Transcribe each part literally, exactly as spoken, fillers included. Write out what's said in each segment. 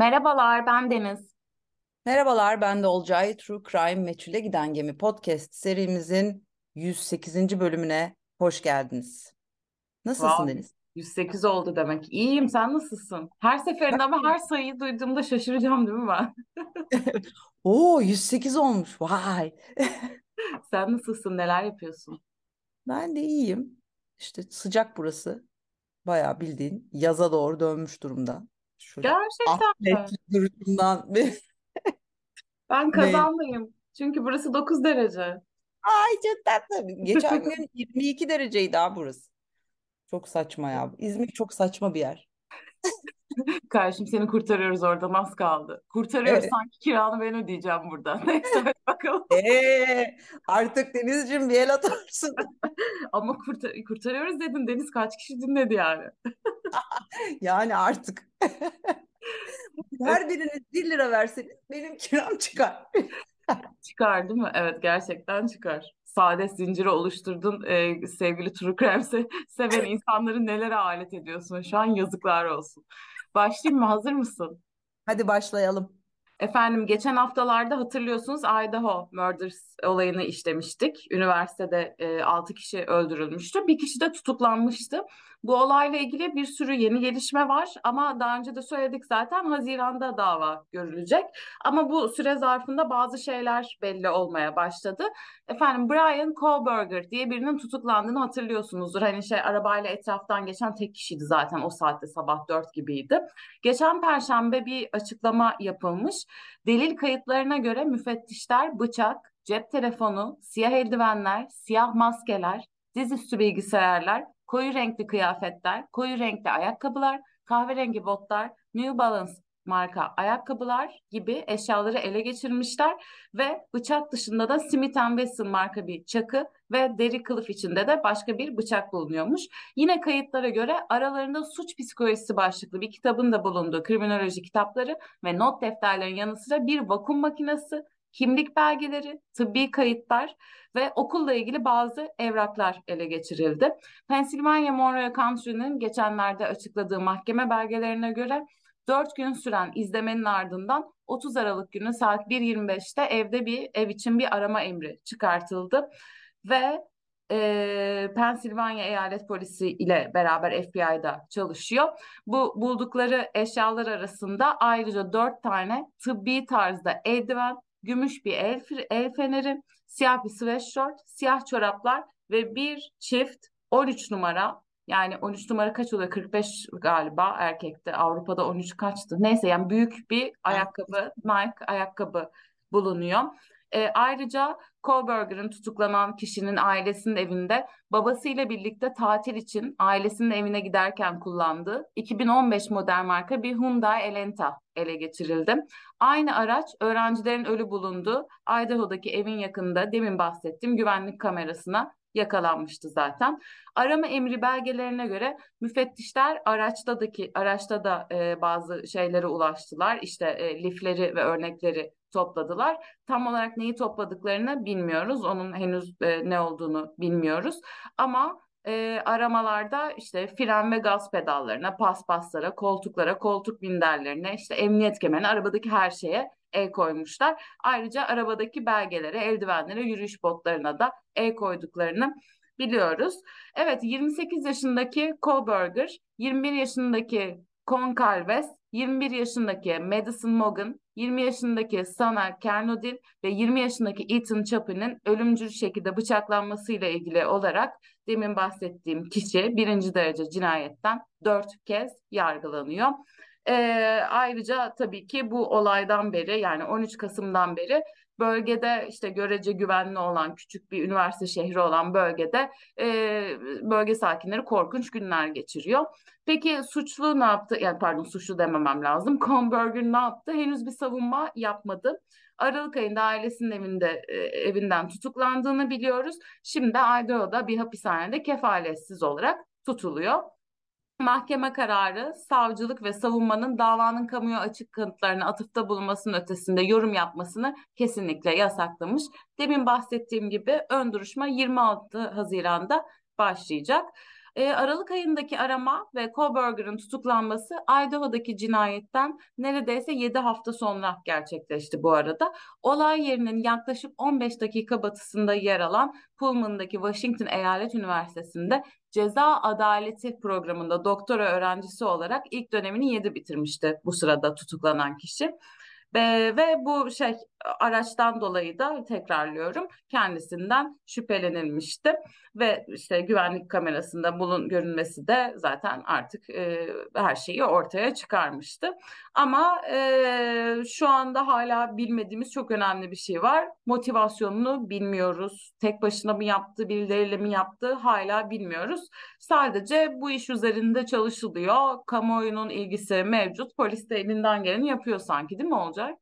Merhabalar, ben Deniz. Merhabalar, ben de Olcay. True Crime Meçhule Giden Gemi podcast serimizin yüz sekizinci bölümüne hoş geldiniz. Nasılsın Wow, Deniz? yüz sekiz oldu demek. İyiyim, sen nasılsın? Her seferinde ama her sayıyı duyduğumda şaşıracağım değil mi ben? Oo, yüz sekiz olmuş. Vay. Sen nasılsın, neler yapıyorsun? Ben de iyiyim. İşte sıcak burası. Bayağı bildiğin yaza doğru dönmüş durumda. Şöyle Gerçekten mi? atletli duruşumdan. Ben Ve kazandayım. Çünkü burası dokuz derece. ay çok tatlı. Geçen gün yirmi iki dereceydi ha burası. Çok saçma ya. İzmir çok saçma bir yer. Kardeşim seni kurtarıyoruz oradan az kaldı. Kurtarıyoruz Evet. sanki kiranı ben ödeyeceğim burada. Neyse hadi bakalım. Ee, artık Denizciğim bir el atarsın. Ama kurtar kurtarıyoruz dedin Deniz kaç kişi dinledi yani? Yani artık her biriniz bir lira verseniz benim kiram çıkar. Çıkar değil mi? Evet gerçekten çıkar. Saadet zinciri oluşturdun ee, sevgili True Crime se- seven insanları nelere alet ediyorsun şu an yazıklar olsun. Başlayayım mı? Hazır mısın? Hadi başlayalım. Efendim geçen haftalarda hatırlıyorsunuz Idaho Murders olayını işlemiştik. Üniversitede e, altı kişi öldürülmüştü. Bir kişi de tutuklanmıştı. Bu olayla ilgili bir sürü yeni gelişme var ama daha önce de söyledik zaten Haziran'da dava görülecek. Ama bu süre zarfında bazı şeyler belli olmaya başladı. Efendim Brian Kohlberger diye birinin tutuklandığını hatırlıyorsunuzdur. Hani şey arabayla etraftan geçen tek kişiydi zaten o saatte sabah dört gibiydi. Geçen Perşembe bir açıklama yapılmış. Delil kayıtlarına göre müfettişler bıçak, cep telefonu, siyah eldivenler, siyah maskeler, dizüstü bilgisayarlar, koyu renkli kıyafetler, koyu renkli ayakkabılar, kahverengi botlar, New Balance marka ayakkabılar gibi eşyaları ele geçirmişler ve bıçak dışında da Smith and Wesson marka bir çakı ve deri kılıf içinde de başka bir bıçak bulunuyormuş. Yine kayıtlara göre aralarında suç psikolojisi başlıklı bir kitabın da bulunduğu kriminoloji kitapları ve not defterlerinin yanı sıra bir vakum makinesi, kimlik belgeleri, tıbbi kayıtlar ve okulla ilgili bazı evraklar ele geçirildi. Pennsylvania Monroe County'nin geçenlerde açıkladığı mahkeme belgelerine göre dört gün süren izlemenin ardından otuz Aralık günü saat bir yirmi beşte evde bir ev için bir arama emri çıkartıldı ve e, Pennsylvania Eyalet Polisi ile beraber F B I'da çalışıyor. Bu buldukları eşyalar arasında ayrıca dört tane tıbbi tarzda eldiven, gümüş bir el, el feneri, siyah bir sweatshirt, siyah çoraplar ve bir çift on üç numara yani on üç numara kaç oluyor? kırk beş galiba erkekte. Avrupa'da on üç kaçtı? Neyse yani büyük bir Ben ayakkabı, Nike ayakkabı bulunuyor. E, ayrıca Kohlberger'ın tutuklanan kişinin ailesinin evinde babasıyla birlikte tatil için ailesinin evine giderken kullandığı iki bin on beş model marka bir Hyundai Elantra ele geçirildi. Aynı araç öğrencilerin ölü bulunduğu Idaho'daki evin yakınında demin bahsettiğim güvenlik kamerasına yakalanmıştı zaten. Arama emri belgelerine göre müfettişler araçtadaki araçta da e, bazı şeylere ulaştılar. İşte e, lifleri ve örnekleri topladılar. Tam olarak neyi topladıklarını bilmiyoruz. Onun henüz e, ne olduğunu bilmiyoruz. Ama e, aramalarda işte fren ve gaz pedallarına, paspaslara, koltuklara, koltuk minderlerine, işte emniyet kemerine, arabadaki her şeye el koymuşlar. Ayrıca arabadaki belgelere, eldivenlere, yürüyüş botlarına da el koyduklarını biliyoruz. Evet, yirmi sekiz yaşındaki Kohlberger, yirmi bir yaşındaki Goncalves, yirmi bir yaşındaki Madison Morgan, yirmi yaşındaki Sana Kernodil ve yirmi yaşındaki Ethan Chapin'in ölümcül şekilde bıçaklanmasıyla ilgili olarak demin bahsettiğim kişi birinci derece cinayetten dört kez yargılanıyor. Ee, Ayrıca tabii ki bu olaydan beri yani on üç Kasım'dan beri bölgede işte görece güvenli olan küçük bir üniversite şehri olan bölgede e, bölge sakinleri korkunç günler geçiriyor. Peki suçlu ne yaptı? Yani pardon suçlu dememem lazım. Komberger ne yaptı? Henüz bir savunma yapmadı. Aralık ayında ailesinin evinde e, evinden tutuklandığını biliyoruz. Şimdi Idaho'da bir hapishanede kefaletsiz olarak tutuluyor. Mahkeme kararı, savcılık ve savunmanın davanın kamuya açık kanıtlarına atıfta bulunmasının ötesinde yorum yapmasını kesinlikle yasaklamış. Demin bahsettiğim gibi ön duruşma yirmi altı Haziran'da başlayacak. E, Aralık ayındaki arama ve Kohlberger'in tutuklanması Idaho'daki cinayetten neredeyse yedi hafta sonra gerçekleşti bu arada. Olay yerinin yaklaşık on beş dakika batısında yer alan Pullman'daki Washington Eyalet Üniversitesi'nde ceza adaleti programında doktora öğrencisi olarak ilk dönemini yedi bitirmişti bu sırada tutuklanan kişi. Ve, ve bu şey araçtan dolayı da tekrarlıyorum kendisinden şüphelenilmişti ve işte güvenlik kamerasında bulun görünmesi de zaten artık e, her şeyi ortaya çıkarmıştı. Ama e, şu anda hala bilmediğimiz çok önemli bir şey var. Motivasyonunu bilmiyoruz. Tek başına mı yaptı, birileriyle mi yaptı hala bilmiyoruz. Sadece bu iş üzerinde çalışılıyor. Kamuoyunun ilgisi mevcut. Polis de elinden geleni yapıyor sanki, değil mi Olcay?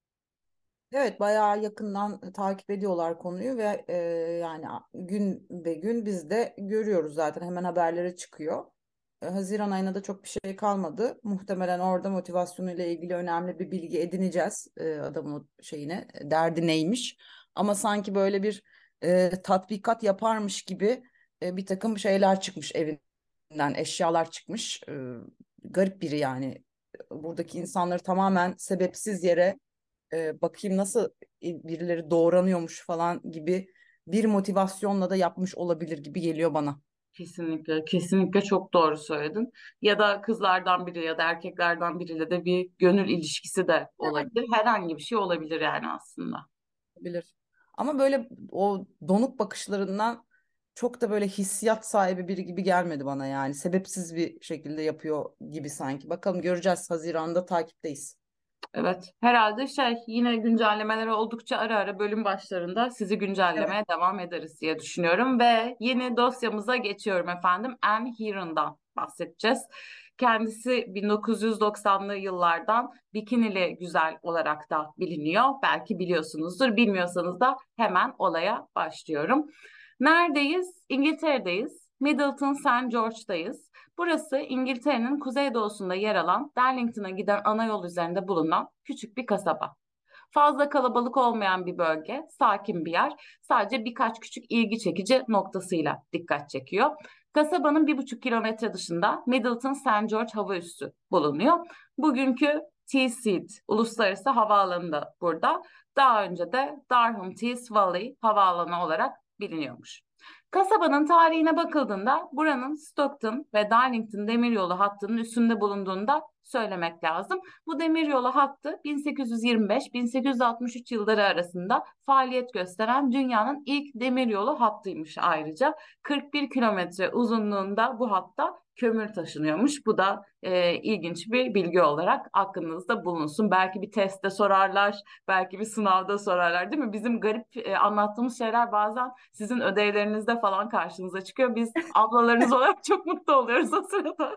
Evet, bayağı yakından takip ediyorlar konuyu ve e, yani gün be gün biz de görüyoruz, zaten hemen haberlere çıkıyor. E, Haziran ayına da çok bir şey kalmadı. Muhtemelen orada motivasyonuyla ilgili önemli bir bilgi edineceğiz. E, adamın o şeyine, derdi neymiş. Ama sanki böyle bir e, tatbikat yaparmış gibi e, bir takım şeyler çıkmış evinden, eşyalar çıkmış. E, garip biri yani. Buradaki insanları tamamen sebepsiz yere e, bakayım nasıl birileri doğranıyormuş falan gibi bir motivasyonla da yapmış olabilir gibi geliyor bana. Kesinlikle, kesinlikle çok doğru söyledin. Ya da kızlardan biri ya da erkeklerden biriyle de bir gönül ilişkisi de Yani olabilir. Herhangi bir şey olabilir yani aslında. olabilir. Ama böyle o donuk bakışlarından çok da böyle hissiyat sahibi biri gibi gelmedi bana yani. Sebepsiz bir şekilde yapıyor gibi sanki. Bakalım, göreceğiz. Haziran'da takipteyiz. Evet, herhalde şey yine güncellemeler oldukça ara ara bölüm başlarında sizi Evet. güncellemeye devam ederiz diye düşünüyorum ve yeni dosyamıza geçiyorum efendim. Anne Heron'dan bahsedeceğiz. Kendisi bin dokuz yüz doksanlı yıllardan bikinili güzel olarak da biliniyor. Belki biliyorsunuzdur, bilmiyorsanız da hemen olaya başlıyorum. Neredeyiz? İngiltere'deyiz. Middleton Saint George'dayız. Burası İngiltere'nin kuzeydoğusunda yer alan Darlington'a giden ana yol üzerinde bulunan küçük bir kasaba. Fazla kalabalık olmayan bir bölge, sakin bir yer. Sadece birkaç küçük ilgi çekici noktasıyla dikkat çekiyor. Kasabanın bir buçuk kilometre dışında Middleton Saint George hava üssü bulunuyor. Bugünkü Teesside Uluslararası Havaalanı da burada. Daha önce de Durham Tees Valley Havaalanı olarak biliniyormuş. Kasabanın tarihine bakıldığında buranın Stockton ve Darlington demiryolu hattının üstünde bulunduğunu da söylemek lazım. Bu demiryolu hattı bin sekiz yüz yirmi beş bin sekiz yüz altmış üç yılları arasında faaliyet gösteren dünyanın ilk demiryolu hattıymış ayrıca. kırk bir kilometre uzunluğunda bu hatta kömür taşınıyormuş. Bu da e, ilginç bir bilgi olarak aklınızda bulunsun. Belki bir testte sorarlar, belki bir sınavda sorarlar, değil mi? Bizim garip e, anlattığımız şeyler bazen sizin ödevlerinizde falan karşınıza çıkıyor. Biz ablalarınız olarak çok mutlu oluyoruz o sırada.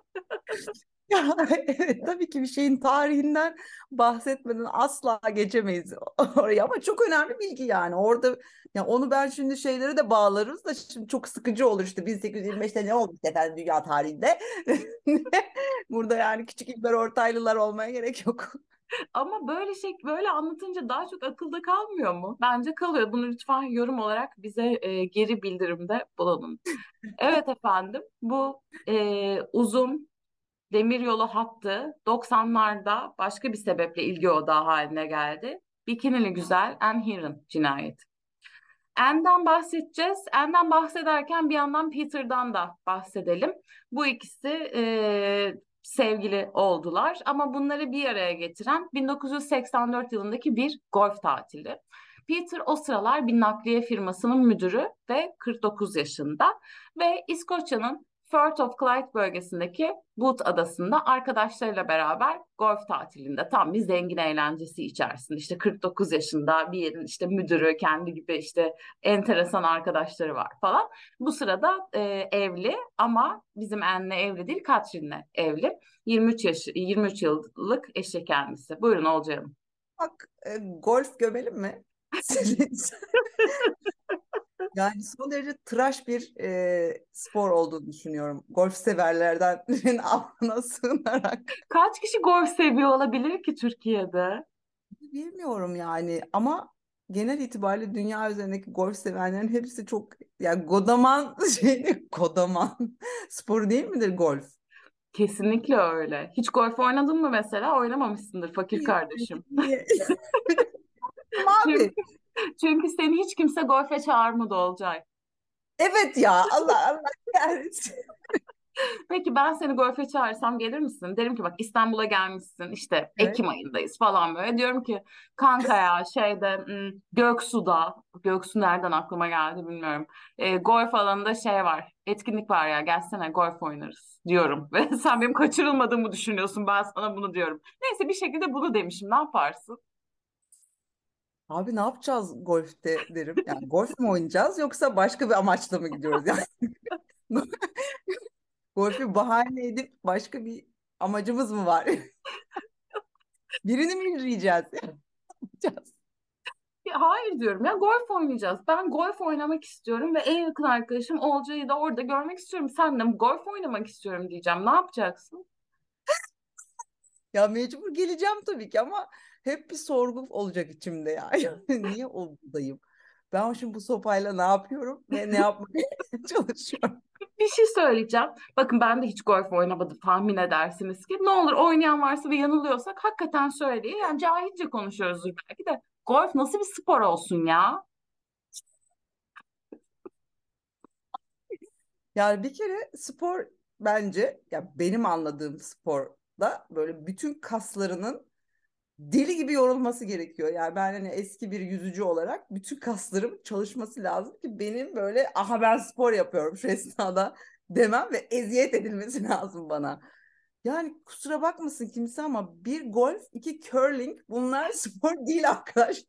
Ya, evet, tabii ki bir şeyin tarihinden bahsetmeden asla geçemeyiz oraya, ama çok önemli bilgi yani orada. Ya onu ben şimdi şeylere de bağlarız da şimdi çok sıkıcı olur, işte bin sekiz yüz yirmi beşte ne olmuş efendim dünya tarihinde. Burada yani küçük İlber Ortaylılar olmaya gerek yok. Ama böyle şey böyle anlatınca daha çok akılda kalmıyor mu? Bence kalıyor. Bunu lütfen yorum olarak bize e, geri bildirimde bulunun. Evet efendim, bu e, uzun demiryolu hattı doksanlarda başka bir sebeple ilgi odağı haline geldi. Bikinili güzel Anne Heron cinayeti. Anne'den bahsedeceğiz. Anne'den bahsederken bir yandan Peter'dan da bahsedelim. Bu ikisi e, sevgili oldular ama bunları bir araya getiren bin dokuz yüz seksen dört yılındaki bir golf tatili. Peter o sıralar bir nakliye firmasının müdürü ve kırk dokuz yaşında ve İskoçya'nın Firth of Clyde bölgesindeki Bute adasında arkadaşlarıyla beraber golf tatilinde tam bir zengin eğlencesi içerisinde işte kırk dokuz yaşında bir yerin işte müdürü kendi gibi işte enteresan arkadaşları var falan. Bu sırada e, evli ama bizim Anne'le evli değil, Catherine'le evli. yirmi üç yaş yirmi üç yıllık eşi kendisi. Buyurun Olcay Hanım. Bak, e, golf gömelim mi? Yani son derece tıraş bir e, spor olduğunu düşünüyorum. Golf severlerden birinin affına sığınarak. Kaç kişi golf seviyor olabilir ki Türkiye'de? Bilmiyorum yani, ama genel itibariyle dünya üzerindeki golf sevenlerin hepsi çok Ya Godaman şey Godaman sporu değil midir golf? Kesinlikle öyle. Hiç golf oynadın mı mesela? Oynamamışsındır fakir Niye? kardeşim. Niye? Çünkü, Abi. çünkü seni hiç kimse golfe çağırmadı Olcay. Evet ya, Allah Allah kahretsin. Peki ben seni golfe çağırsam gelir misin? Derim ki bak İstanbul'a gelmişsin işte Evet. Ekim ayındayız falan böyle. Diyorum ki kanka ya şeyde hmm, Göksu'da, Göksu nereden aklıma geldi bilmiyorum. E, golf alanında şey var, etkinlik var ya gelsene golf oynarız diyorum. Ve sen benim kaçırılmadığımı düşünüyorsun, ben sana bunu diyorum. Neyse bir şekilde bunu demişim, ne yaparsın? Abi ne yapacağız golfte derim. Yani golf mü oynayacağız yoksa başka bir amaçla mı gidiyoruz? Yani golfü bahane edip başka bir amacımız mı var? Birini mi izleyeceğiz? Yapacağız. Ya hayır diyorum ya golf oynayacağız. Ben golf oynamak istiyorum ve en yakın arkadaşım Olcay'ı da orada görmek istiyorum. Sen de golf oynamak istiyorum diyeceğim. Ne yapacaksın? Ya mecbur geleceğim tabii ki ama hep bir sorgu olacak içimde ya. Yani niye oradayım? Ben şimdi bu sopayla ne yapıyorum ve ne yapmaya çalışıyorum? Bir şey söyleyeceğim. Bakın ben de hiç golf oynamadım tahmin edersiniz ki. Ne olur oynayan varsa ve yanılıyorsak hakikaten söyleyin. Yani cahilce konuşuyoruzdur belki de. Golf nasıl bir spor olsun ya? Yani bir kere spor bence, ya benim anladığım sporda böyle bütün kaslarının deli gibi yorulması gerekiyor. Yani ben hani eski bir yüzücü olarak bütün kaslarım çalışması lazım ki benim böyle aha ben spor yapıyorum şu esnada demem ve eziyet edilmesi lazım bana. Yani kusura bakmasın kimse ama bir golf, iki curling bunlar spor değil arkadaş.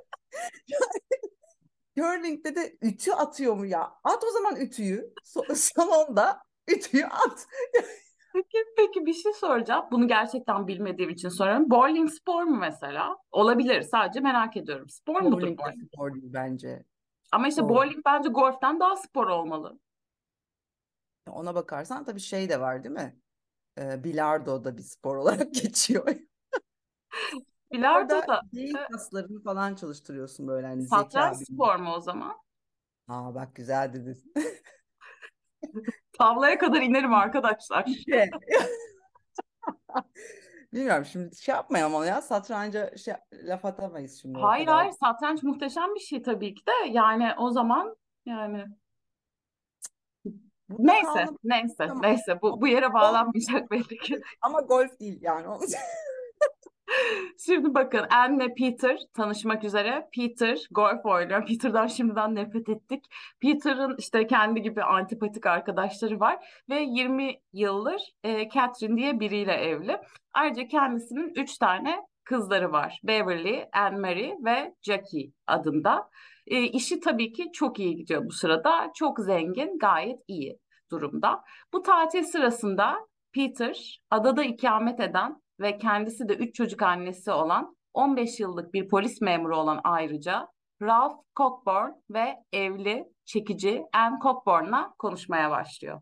Curling'de de ütü atıyor mu ya? At o zaman ütüyü. So- salonda ütüyü at. Peki, peki bir şey soracağım. Bunu gerçekten bilmediğim için soruyorum. Bowling spor mu mesela? Olabilir. Sadece merak ediyorum. Spor mudur Bowling de bowling? spor değil bence. Ama işte Doğru. bowling bence golften daha spor olmalı. Ona bakarsan tabii şey de var değil mi? Ee, bilardo da bir spor olarak geçiyor. Bilardo Orada da beyin e, kaslarını falan çalıştırıyorsun böyle hani satranç zeka bilimi. spor mu o zaman? Aa bak güzel dedin. Tavlaya kadar inerim arkadaşlar. Şey. Bilmiyorum şimdi şey yapmayalım ama ya satranca şey, laf atamayız şimdi o Hayır kadar. hayır satranç muhteşem bir şey tabii ki de. Yani o zaman yani Burada neyse kaldım. neyse Tamam. neyse bu, bu yere Golf bağlanmayacak belli ki. ama golf değil yani. Şimdi bakın Anne Peter tanışmak üzere. Peter golf oynuyor. Peter'dan şimdiden nefret ettik. Peter'ın işte kendi gibi antipatik arkadaşları var ve yirmi yıldır e, Catherine diye biriyle evli. Ayrıca kendisinin üç tane kızları var. Beverly, Anne-Marie ve Jackie adında. E, işi tabii ki çok iyi gidiyor bu sırada. Çok zengin, gayet iyi durumda. Bu tatil sırasında Peter adada ikamet eden ve kendisi de üç çocuk annesi olan on beş yıllık bir polis memuru olan ayrıca Ralph Cockburn ve evli çekici Anne Cockburn'la konuşmaya başlıyor.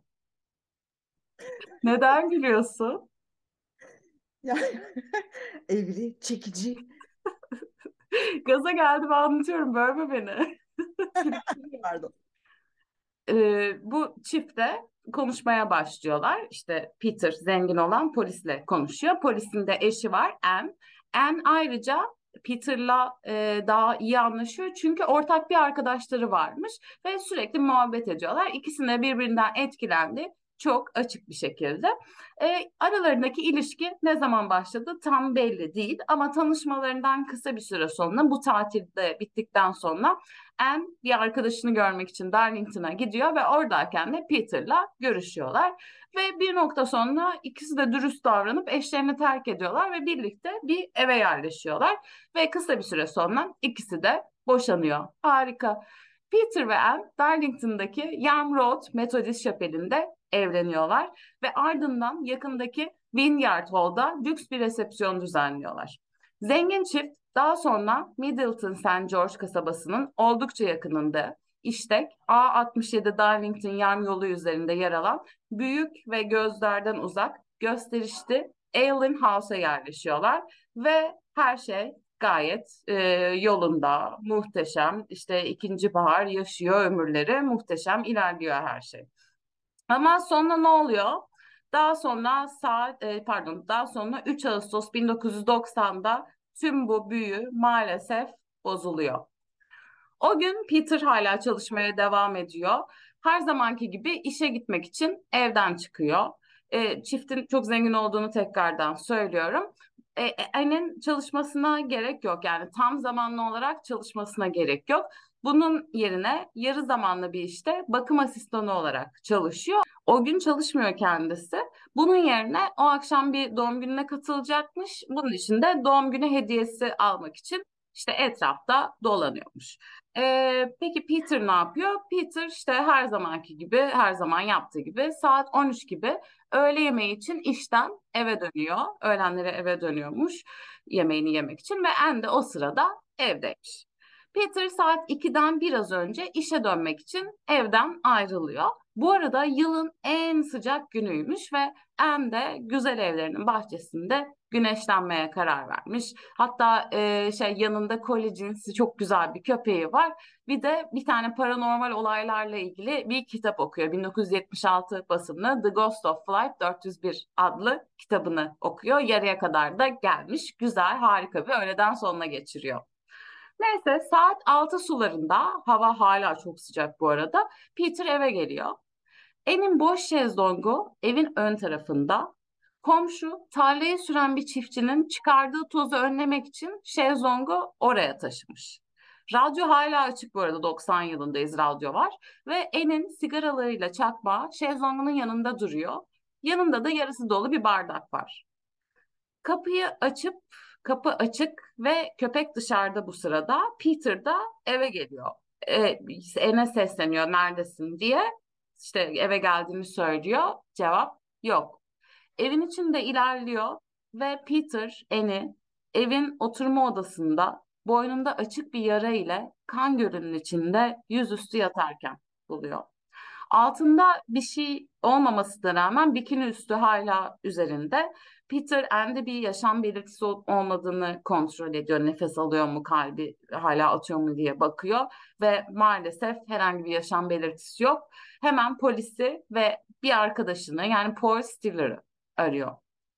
Neden gülüyorsun? Yani evli, çekici. Gaza geldim anlatıyorum bölme beni. Pardon. Ee, bu çifte konuşmaya başlıyorlar. İşte Peter zengin olan polisle konuşuyor. Polisin de eşi var Anne. Anne ayrıca Peter'la e, daha iyi anlaşıyor çünkü ortak bir arkadaşları varmış ve sürekli muhabbet ediyorlar. İkisinin de birbirinden etkilendi. Çok açık bir şekilde. E, aralarındaki ilişki ne zaman başladı tam belli değil ama tanışmalarından kısa bir süre sonra bu tatilde bittikten sonra Anne bir arkadaşını görmek için Darlington'a gidiyor ve oradayken de Peter'la görüşüyorlar. Ve bir nokta sonra ikisi de dürüst davranıp eşlerini terk ediyorlar ve birlikte bir eve yerleşiyorlar. Ve kısa bir süre sonra ikisi de boşanıyor. Harika. Peter ve Anne Darlington'daki Yam Road Methodist Şapeli'nde evleniyorlar ve ardından yakındaki Vineyard Hall'da lüks bir resepsiyon düzenliyorlar. Zengin çift daha sonra Middleton Saint George kasabasının oldukça yakınında İştek A altmış yedi Darlington Yarm yolu üzerinde yer alan büyük ve gözlerden uzak gösterişli Allen House'a yerleşiyorlar ve her şey gayet e, yolunda, muhteşem. İşte ikinci bahar yaşıyor ömürleri, muhteşem ilerliyor her şey. Ama sonra ne oluyor? Daha sonra saat e, pardon daha sonra üç Ağustos bin dokuz yüz doksanda tüm bu büyü maalesef bozuluyor. O gün Peter hala çalışmaya devam ediyor. Her zamanki gibi işe gitmek için evden çıkıyor. E, çiftin çok zengin olduğunu tekrardan söylüyorum. E, e, Anne'nin çalışmasına gerek yok. Yani tam zamanlı olarak çalışmasına gerek yok. Bunun yerine yarı zamanlı bir işte bakım asistanı olarak çalışıyor. O gün çalışmıyor kendisi. Bunun yerine o akşam bir doğum gününe katılacakmış. Bunun için de doğum günü hediyesi almak için işte etrafta dolanıyormuş. Ee, peki Peter ne yapıyor? Peter işte her zamanki gibi, her zaman yaptığı gibi saat on üç gibi öğle yemeği için işten eve dönüyor. Öğlenleri eve dönüyormuş yemeğini yemek için ve Anne de o sırada evdeymiş. Peter saat ikiden biraz önce işe dönmek için evden ayrılıyor. Bu arada yılın en sıcak günüymüş ve Anne de güzel evlerinin bahçesinde güneşlenmeye karar vermiş. Hatta e, şey yanında Collie cinsi çok güzel bir köpeği var. Bir de bir tane paranormal olaylarla ilgili bir kitap okuyor. bin dokuz yüz yetmiş altı basımlı The Ghost of Flight dört yüz bir adlı kitabını okuyor. Yarıya kadar da gelmiş. Güzel, harika bir öğleden sonuna geçiriyor. Neyse saat altı sularında hava hala çok sıcak bu arada. Peter eve geliyor. Evin boş şezlongu evin ön tarafında. Komşu tarlayı süren bir çiftçinin çıkardığı tozu önlemek için şezlongu oraya taşımış. Radyo hala açık bu arada doksan yılındayız radyo var. Ve En'in sigaralarıyla çakmağı şezlongunun yanında duruyor. Yanında da yarısı dolu bir bardak var. Kapıyı açıp kapı açık ve köpek dışarıda bu sırada. Peter da eve geliyor. E, En'e sesleniyor neredesin diye. İşte eve geldiğini söylüyor. Cevap yok. Evin içinde ilerliyor ve Peter Anne'i evin oturma odasında boynunda açık bir yara ile kan gölünün içinde yüzüstü yatarken buluyor. Altında bir şey olmamasına rağmen bikini üstü hala üzerinde. Peter Anne'de bir yaşam belirtisi ol- olmadığını kontrol ediyor. Nefes alıyor mu, kalbi hala atıyor mu diye bakıyor ve maalesef herhangi bir yaşam belirtisi yok. Hemen polisi ve bir arkadaşını yani Paul Stiller'ı arıyor.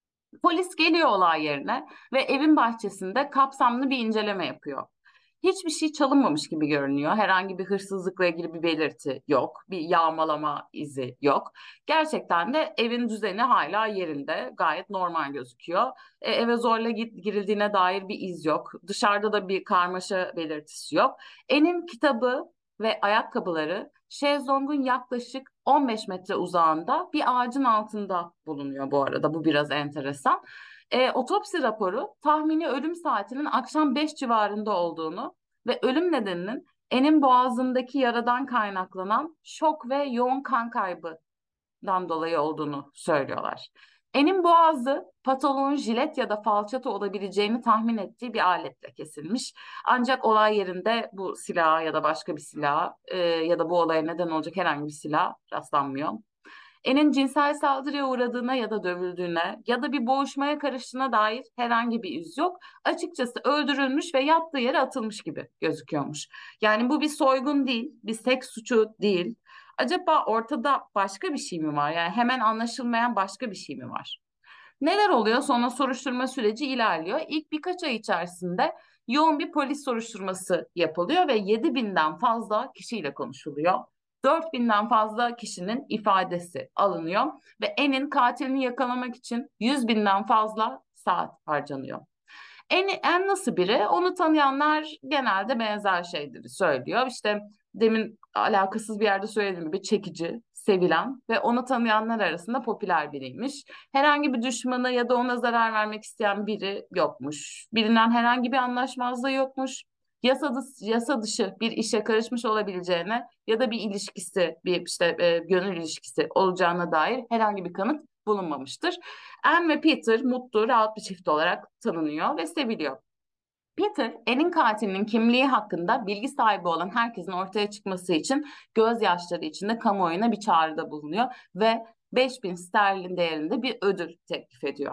Polis geliyor olay yerine ve evin bahçesinde kapsamlı bir inceleme yapıyor. Hiçbir şey çalınmamış gibi görünüyor. Herhangi bir hırsızlıkla ilgili bir belirti yok. Bir yağmalama izi yok. Gerçekten de evin düzeni hala yerinde. Gayet normal gözüküyor. E, eve zorla git, girildiğine dair bir iz yok. Dışarıda da bir karmaşa belirtisi yok. Enin kitabı ve ayakkabıları şezlongun yaklaşık on beş metre uzağında bir ağacın altında bulunuyor bu arada. Bu biraz enteresan. E, otopsi raporu tahmini ölüm saatinin akşam beş civarında olduğunu ve ölüm nedeninin enin boğazındaki yaradan kaynaklanan şok ve yoğun kan kaybından dolayı olduğunu söylüyorlar. Enin boğazı patoloğun jilet ya da falçata olabileceğini tahmin ettiği bir aletle kesilmiş. Ancak olay yerinde bu silaha ya da başka bir silaha e, ya da bu olaya neden olacak herhangi bir silah rastlanmıyor. En'in cinsel saldırıya uğradığına ya da dövüldüğüne ya da bir boğuşmaya karıştığına dair herhangi bir iz yok. Açıkçası öldürülmüş ve yattığı yere atılmış gibi gözüküyormuş. Yani bu bir soygun değil, bir seks suçu değil. Acaba ortada başka bir şey mi var? Yani hemen anlaşılmayan başka bir şey mi var? Neler oluyor? Sonra soruşturma süreci ilerliyor. İlk birkaç ay içerisinde yoğun bir polis soruşturması yapılıyor ve yedi binden fazla kişiyle konuşuluyor. dört binden fazla kişinin ifadesi alınıyor ve En'in katilini yakalamak için yüz binden fazla saat harcanıyor. En, en nasıl biri? Onu tanıyanlar genelde benzer şeyleri söylüyor. İşte demin alakasız bir yerde söylediğim gibi çekici, sevilen ve onu tanıyanlar arasında popüler biriymiş. Herhangi bir düşmanı ya da ona zarar vermek isteyen biri yokmuş. Bilinen herhangi bir anlaşmazlığı yokmuş. Yasa dışı, yasa dışı bir işe karışmış olabileceğine ya da bir ilişkisi, bir işte e, gönül ilişkisi olacağına dair herhangi bir kanıt bulunmamıştır. Anne ve Peter mutlu, rahat bir çift olarak tanınıyor ve seviliyor. Peter, Anne'in katilinin kimliği hakkında bilgi sahibi olan herkesin ortaya çıkması için gözyaşları içinde kamuoyuna bir çağrıda bulunuyor ve beş bin sterlin değerinde bir ödül teklif ediyor.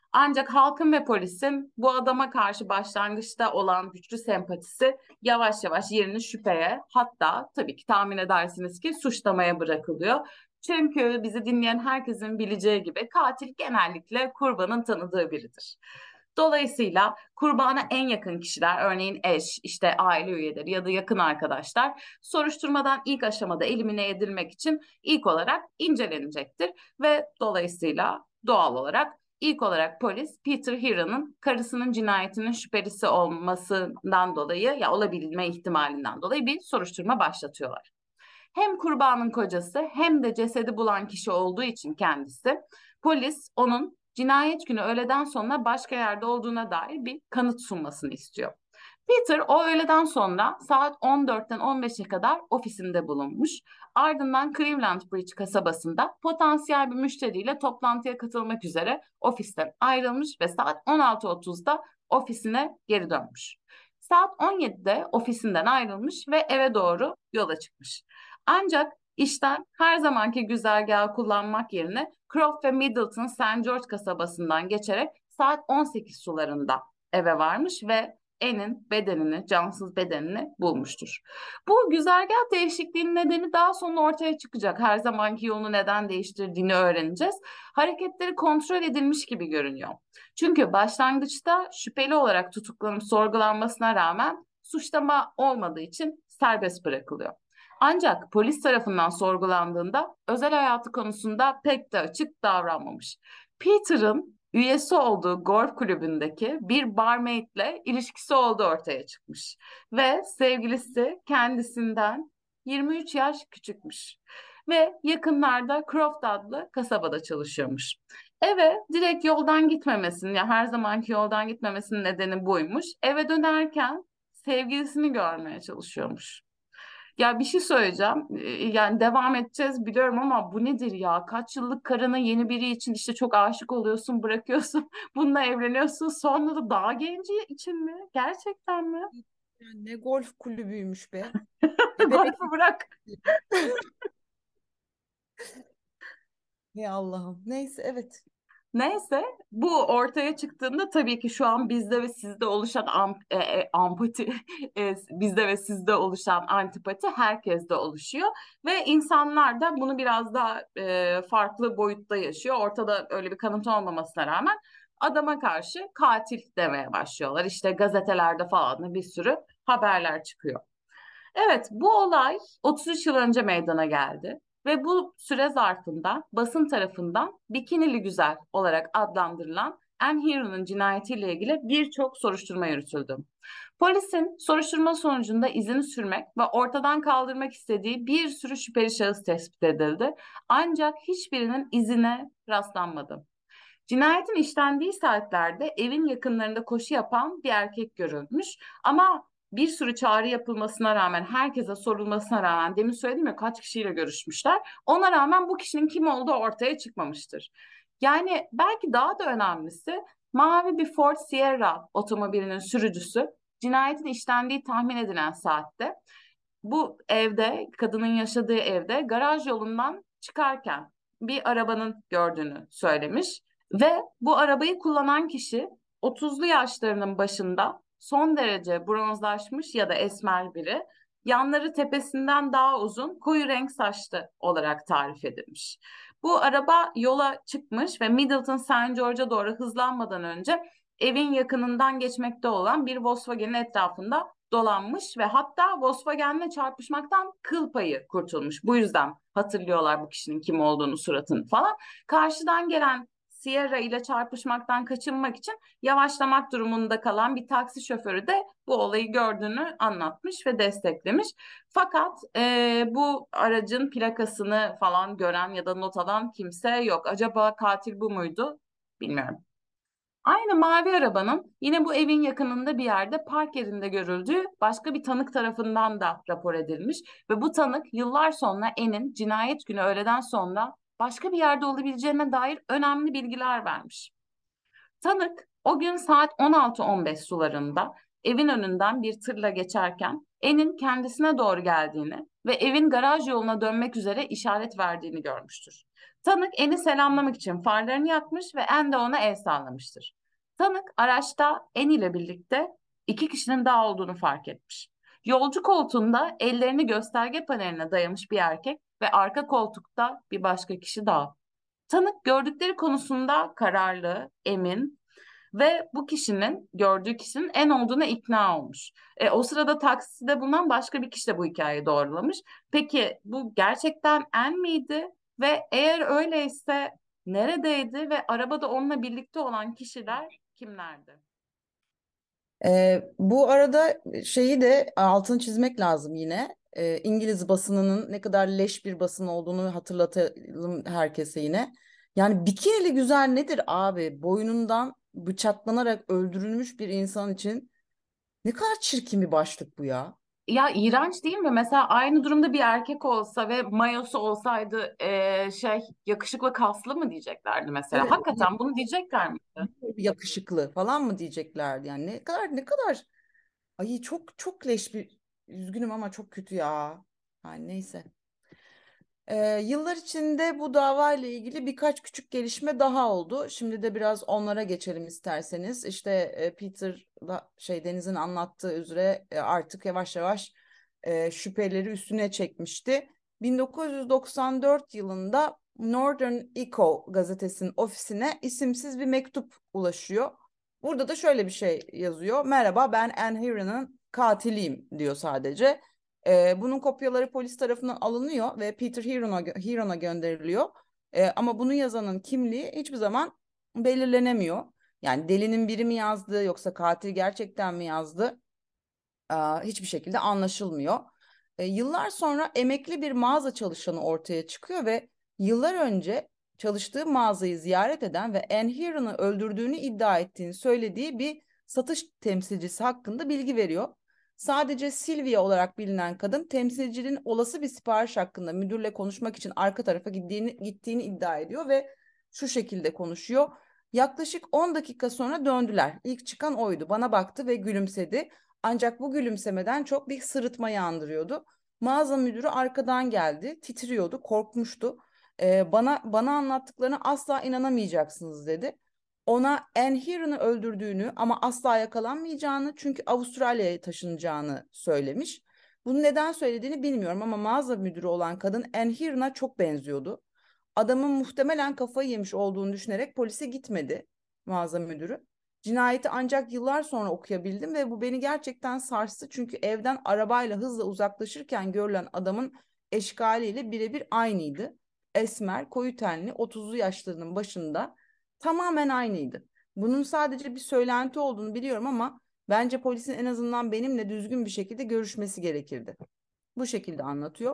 Ancak halkın ve polisin bu adama karşı başlangıçta olan güçlü sempatisi yavaş yavaş yerini şüpheye, hatta tabii ki tahmin edersiniz ki suçlamaya bırakılıyor. Çünkü bizi dinleyen herkesin bileceği gibi katil genellikle kurbanın tanıdığı biridir. Dolayısıyla kurbana en yakın kişiler, örneğin eş, işte aile üyeleri ya da yakın arkadaşlar soruşturmadan ilk aşamada elimine edilmek için ilk olarak incelenecektir ve dolayısıyla doğal olarak ilk olarak polis Peter Heron'un karısının cinayetinin şüphelisi olmasından dolayı ya olabilme ihtimalinden dolayı bir soruşturma başlatıyorlar. Hem kurbanın kocası hem de cesedi bulan kişi olduğu için kendisi, polis onun cinayet günü öğleden sonra başka yerde olduğuna dair bir kanıt sunmasını istiyor. Peter o öğleden sonra saat on dörtten on beşe kadar ofisinde bulunmuş. Ardından Cleveland Bridge kasabasında potansiyel bir müşteriyle toplantıya katılmak üzere ofisten ayrılmış ve saat on altı otuzda ofisine geri dönmüş. Saat on yedide ofisinden ayrılmış ve eve doğru yola çıkmış. Ancak işten her zamanki güzergahı kullanmak yerine Croft ve Middleton Saint George kasabasından geçerek saat on sekiz sularında eve varmış ve Anne'in bedenini, cansız bedenini bulmuştur. Bu güzergah değişikliğinin nedeni daha sonra ortaya çıkacak. Her zamanki yolunu neden değiştirdiğini öğreneceğiz. Hareketleri kontrol edilmiş gibi görünüyor. Çünkü başlangıçta şüpheli olarak tutuklanıp sorgulanmasına rağmen suçlama olmadığı için serbest bırakılıyor. Ancak polis tarafından sorgulandığında özel hayatı konusunda pek de açık davranmamış. Peter'ın üyesi olduğu golf kulübündeki bir barmaidle ilişkisi olduğu ortaya çıkmış. Ve sevgilisi kendisinden yirmi üç yaş küçükmüş. Ve yakınlarda Croft adlı kasabada çalışıyormuş. Eve direkt yoldan gitmemesinin, ya her zamanki yoldan gitmemesinin nedeni buymuş. Eve dönerken sevgilisini görmeye çalışıyormuş. Ya bir şey söyleyeceğim. Ee, Yani devam edeceğiz biliyorum ama bu nedir ya? Kaç yıllık karına yeni biri için işte çok aşık oluyorsun, bırakıyorsun. Bununla evleniyorsun. Sonra da daha genci için mi? Gerçekten mi? Yani ne golf kulübüymüş be. Ne Golfü bebeklik. bırak. Ya Allah'ım. Neyse, evet. Neyse, bu ortaya çıktığında tabii ki şu an bizde ve sizde oluşan am- e, e, ampati, e, bizde ve sizde oluşan antipati herkeste oluşuyor ve insanlar da bunu biraz daha e, farklı boyutta yaşıyor. Ortada öyle bir kanıt olmamasına rağmen adama karşı katil demeye başlıyorlar. İşte gazetelerde falan da bir sürü haberler çıkıyor. Evet, bu olay otuz üç yıl önce meydana geldi ve bu süre zarfında basın tarafından Bikinili Güzel olarak adlandırılan Anne Heron'un cinayetiyle ilgili birçok soruşturma yürütüldü. Polisin soruşturma sonucunda izini sürmek ve ortadan kaldırmak istediği bir sürü şüpheli şahıs tespit edildi. Ancak hiçbirinin izine rastlanmadı. Cinayetin işlendiği saatlerde evin yakınlarında koşu yapan bir erkek görülmüş. Ama bir sürü çağrı yapılmasına rağmen, herkese sorulmasına rağmen, demin söyledim ya kaç kişiyle görüşmüşler. Ona rağmen bu kişinin kim olduğu ortaya çıkmamıştır. Yani belki daha da önemlisi mavi bir Ford Sierra otomobilinin sürücüsü cinayetin işlendiği tahmin edilen saatte bu evde, kadının yaşadığı evde garaj yolundan çıkarken bir arabanın gördüğünü söylemiş. Ve bu arabayı kullanan kişi otuzlu yaşlarının başında son derece bronzlaşmış ya da esmer biri. Yanları tepesinden daha uzun, koyu renk saçlı olarak tarif edilmiş. Bu araba yola çıkmış ve Middleton Saint George'a doğru hızlanmadan önce evin yakınından geçmekte olan bir Volkswagen'in etrafında dolanmış ve hatta Volkswagen'le çarpışmaktan kıl payı kurtulmuş. Bu yüzden hatırlıyorlar bu kişinin kim olduğunu, suratını falan. Karşıdan gelen Sierra ile çarpışmaktan kaçınmak için yavaşlamak durumunda kalan bir taksi şoförü de bu olayı gördüğünü anlatmış ve desteklemiş. Fakat e, bu aracın plakasını falan gören ya da not alan kimse yok. Acaba katil bu muydu? Bilmiyorum. Aynı mavi arabanın yine bu evin yakınında bir yerde park yerinde görüldüğü başka bir tanık tarafından da rapor edilmiş ve bu tanık yıllar sonra En'in cinayet günü öğleden sonra başka bir yerde olabileceğine dair önemli bilgiler vermiş. Tanık o gün saat on altı on beş sularında evin önünden bir tırla geçerken Anne'in kendisine doğru geldiğini ve evin garaj yoluna dönmek üzere işaret verdiğini görmüştür. Tanık Anne'i selamlamak için farlarını yakmış ve Anne de ona el sallamıştır. Tanık araçta Anne ile birlikte iki kişinin daha olduğunu fark etmiş. Yolcu koltuğunda ellerini gösterge paneline dayamış bir erkek ve arka koltukta bir başka kişi daha. Tanık gördükleri konusunda kararlı, emin ve bu kişinin, gördüğü kişinin en olduğuna ikna olmuş. E, o sırada takside bulunan başka bir kişi de bu hikayeyi doğrulamış. Peki bu gerçekten en miydi? Ve eğer öyleyse neredeydi ve arabada onunla birlikte olan kişiler kimlerdi? Ee, bu arada şeyi de altını çizmek lazım yine. Ee, İngiliz basınının ne kadar leş bir basın olduğunu hatırlatalım herkese yine. Yani bikinili güzel nedir abi? Boynundan bıçaklanarak öldürülmüş bir insan için ne kadar çirkin bir başlık bu ya. Ya iğrenç değil mi? Mesela aynı durumda bir erkek olsa ve mayosu olsaydı eee, şey yakışıklı kaslı mı diyeceklerdi mesela. Evet, Hakikaten bunu diyecekler miydi? yakışıklı falan mı diyeceklerdi yani ne kadar ne kadar ay çok çok leş bir, üzgünüm ama çok kötü ya. Yani neyse. Ee, yıllar içinde bu dava ile ilgili birkaç küçük gelişme daha oldu. Şimdi de biraz onlara geçelim isterseniz. İşte e, Peter'la şey Deniz'in anlattığı üzere e, artık yavaş yavaş e, şüpheleri üstüne çekmişti. bin dokuz yüz doksan dört yılında Northern Echo gazetesinin ofisine isimsiz bir mektup ulaşıyor. Burada da şöyle bir şey yazıyor. Merhaba, ben Anne Heron'un katiliyim diyor sadece. Ee, bunun kopyaları polis tarafından alınıyor ve Peter Heron'a Heron'a gönderiliyor. Ee, ama bunu yazanın kimliği hiçbir zaman belirlenemiyor. Yani delinin biri mi yazdı yoksa katil gerçekten mi yazdı? Aa, hiçbir şekilde anlaşılmıyor. E, yıllar sonra emekli bir mağaza çalışanı ortaya çıkıyor ve yıllar önce çalıştığı mağazayı ziyaret eden ve Anne Heron'u öldürdüğünü iddia ettiğini söylediği bir satış temsilcisi hakkında bilgi veriyor. Sadece Sylvia olarak bilinen kadın temsilcinin olası bir sipariş hakkında müdürle konuşmak için arka tarafa gittiğini, gittiğini iddia ediyor ve şu şekilde konuşuyor. Yaklaşık on dakika sonra döndüler. İlk çıkan oydu. Bana baktı ve gülümsedi. Ancak bu gülümsemeden çok bir sırıtmayı andırıyordu. Mağaza müdürü arkadan geldi, titriyordu, korkmuştu. Ee, bana bana anlattıklarına asla inanamayacaksınız dedi. Ona Anne Heron'u öldürdüğünü ama asla yakalanmayacağını çünkü Avustralya'ya taşınacağını söylemiş. Bunu neden söylediğini bilmiyorum ama mağaza müdürü olan kadın Anne Heron'a çok benziyordu. Adamın muhtemelen kafayı yemiş olduğunu düşünerek polise gitmedi mağaza müdürü. Cinayeti ancak yıllar sonra okuyabildim ve bu beni gerçekten sarstı. Çünkü evden arabayla hızla uzaklaşırken görülen adamın eşkaliyle birebir aynıydı. Esmer, koyu tenli, otuzlu yaşlarının başında tamamen aynıydı. Bunun sadece bir söylenti olduğunu biliyorum ama bence polisin en azından benimle düzgün bir şekilde görüşmesi gerekirdi. Bu şekilde anlatıyor.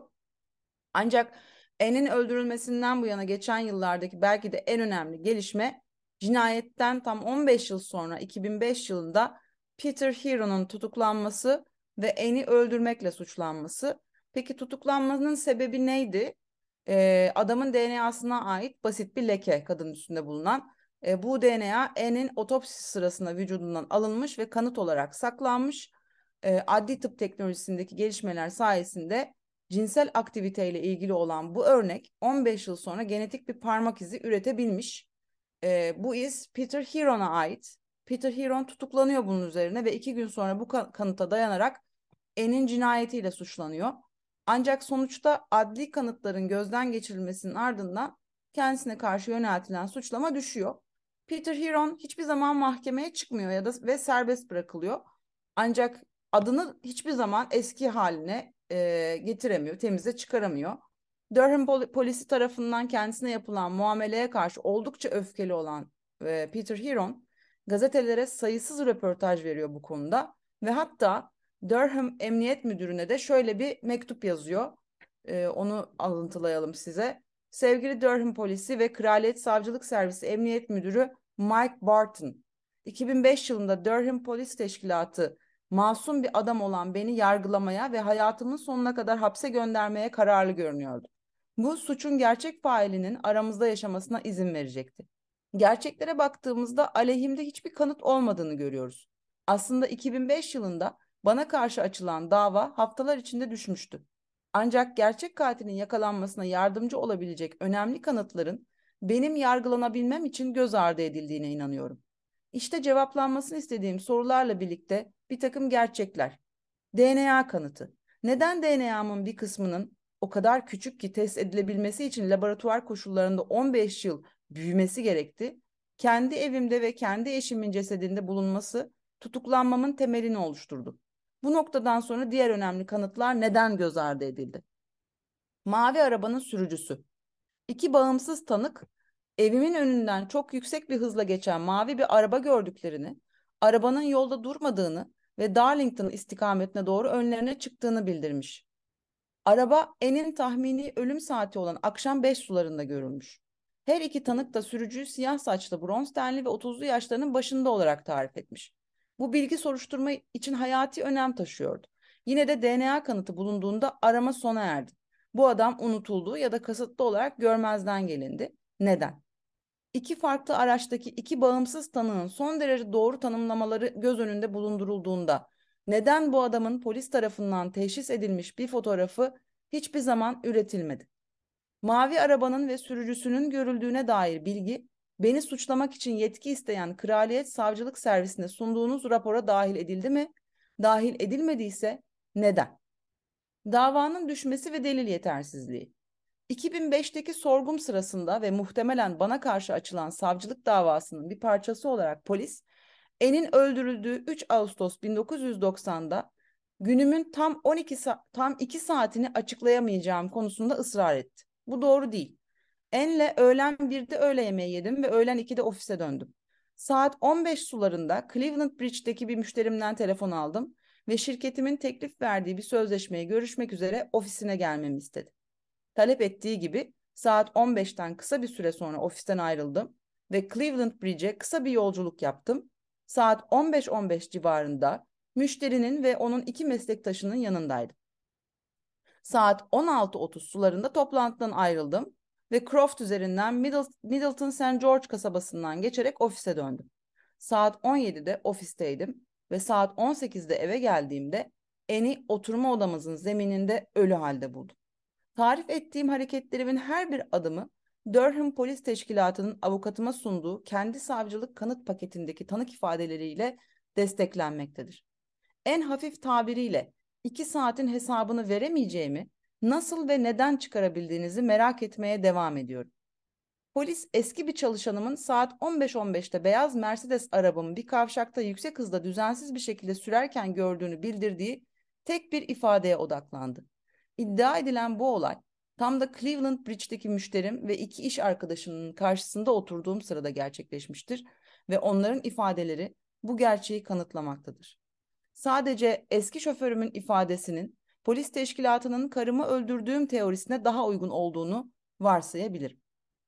Ancak Anne'in öldürülmesinden bu yana geçen yıllardaki belki de en önemli gelişme cinayetten tam on beş yıl sonra iki bin beş yılında Peter Heron'un tutuklanması ve Anne'i öldürmekle suçlanması. Peki tutuklanmanın sebebi neydi? Ee, adamın D N A'sına ait basit bir leke kadının üstünde bulunan. Ee, bu D N A Anne'in otopsi sırasında vücudundan alınmış ve kanıt olarak saklanmış. Ee, adli tıp teknolojisindeki gelişmeler sayesinde cinsel aktiviteyle ilgili olan bu örnek on beş yıl sonra genetik bir parmak izi üretebilmiş. Ee, bu iz Peter Heron'a ait. Peter Heron tutuklanıyor bunun üzerine ve iki gün sonra bu kanıta dayanarak Anne'in cinayetiyle suçlanıyor. Ancak sonuçta adli kanıtların gözden geçirilmesinin ardından kendisine karşı yöneltilen suçlama düşüyor. Peter Heron hiçbir zaman mahkemeye çıkmıyor ya da ve serbest bırakılıyor. Ancak adını hiçbir zaman eski haline e, getiremiyor, temize çıkaramıyor. Durham pol polisi tarafından kendisine yapılan muameleye karşı oldukça öfkeli olan e, Peter Heron gazetelere sayısız röportaj veriyor bu konuda ve hatta Durham Emniyet Müdürü'ne de şöyle bir mektup yazıyor. Ee, onu alıntılayalım size. Sevgili Durham Polisi ve Kraliyet Savcılık Servisi Emniyet Müdürü Mike Barton. iki bin beş yılında Durham Polis Teşkilatı masum bir adam olan beni yargılamaya ve hayatımın sonuna kadar hapse göndermeye kararlı görünüyordu. Bu suçun gerçek failinin aramızda yaşamasına izin verecekti. Gerçeklere baktığımızda aleyhimde hiçbir kanıt olmadığını görüyoruz. Aslında iki bin beş yılında bana karşı açılan dava haftalar içinde düşmüştü. Ancak gerçek katilin yakalanmasına yardımcı olabilecek önemli kanıtların benim yargılanabilmem için göz ardı edildiğine inanıyorum. İşte cevaplanmasını istediğim sorularla birlikte bir takım gerçekler. D N A kanıtı. Neden D N A'mın bir kısmının o kadar küçük ki test edilebilmesi için laboratuvar koşullarında on beş yıl büyümesi gerekti? Kendi evimde ve kendi eşimin cesedinde bulunması tutuklanmamın temelini oluşturdu. Bu noktadan sonra diğer önemli kanıtlar neden göz ardı edildi? Mavi arabanın sürücüsü. İki bağımsız tanık evimin önünden çok yüksek bir hızla geçen mavi bir araba gördüklerini, arabanın yolda durmadığını ve Darlington istikametine doğru önlerine çıktığını bildirmiş. Araba En'in tahmini ölüm saati olan akşam beş sularında görülmüş. Her iki tanık da sürücüyü siyah saçlı, bronz tenli ve otuzlu yaşlarının başında olarak tarif etmiş. Bu bilgi soruşturma için hayati önem taşıyordu. Yine de D N A kanıtı bulunduğunda arama sona erdi. Bu adam unutuldu ya da kasıtlı olarak görmezden gelindi. Neden? İki farklı araçtaki iki bağımsız tanığın son derece doğru tanımlamaları göz önünde bulundurulduğunda neden bu adamın polis tarafından teşhis edilmiş bir fotoğrafı hiçbir zaman üretilmedi? Mavi arabanın ve sürücüsünün görüldüğüne dair bilgi beni suçlamak için yetki isteyen Kraliyet Savcılık Servisi'ne sunduğunuz rapora dahil edildi mi? Dahil edilmediyse neden? Davanın düşmesi ve delil yetersizliği. iki bin beşteki sorgum sırasında ve muhtemelen bana karşı açılan savcılık davasının bir parçası olarak polis, En'in öldürüldüğü üç Ağustos bin dokuz yüz doksanda günümün tam on iki tam iki saatini açıklayamayacağım konusunda ısrar etti. Bu doğru değil. En'le öğlen birde öğle yemeği yedim ve öğlen ikide ofise döndüm. Saat on beş sularında Cleveland Bridge'deki bir müşterimden telefon aldım ve şirketimin teklif verdiği bir sözleşmeye görüşmek üzere ofisine gelmemi istedi. Talep ettiği gibi saat on beşten kısa bir süre sonra ofisten ayrıldım ve Cleveland Bridge'e kısa bir yolculuk yaptım. Saat on beş on beş civarında müşterinin ve onun iki meslektaşının yanındaydım. Saat on altı otuz sularında toplantıdan ayrıldım ve Croft üzerinden Middleton Saint George kasabasından geçerek ofise döndüm. Saat on yedide ofisteydim ve saat on sekizde eve geldiğimde Annie oturma odamızın zemininde ölü halde buldum. Tarif ettiğim hareketlerimin her bir adımı Durham Polis Teşkilatı'nın avukatıma sunduğu kendi savcılık kanıt paketindeki tanık ifadeleriyle desteklenmektedir. En hafif tabiriyle iki saatin hesabını veremeyeceğimi, nasıl ve neden çıkarabildiğinizi merak etmeye devam ediyorum. Polis eski bir çalışanımın saat on beş on beşte beyaz Mercedes arabamı bir kavşakta yüksek hızda düzensiz bir şekilde sürerken gördüğünü bildirdiği tek bir ifadeye odaklandı. İddia edilen bu olay tam da Cleveland Bridge'deki müşterim ve iki iş arkadaşımın karşısında oturduğum sırada gerçekleşmiştir ve onların ifadeleri bu gerçeği kanıtlamaktadır. Sadece eski şoförümün ifadesinin polis teşkilatının karımı öldürdüğüm teorisine daha uygun olduğunu varsayabilirim.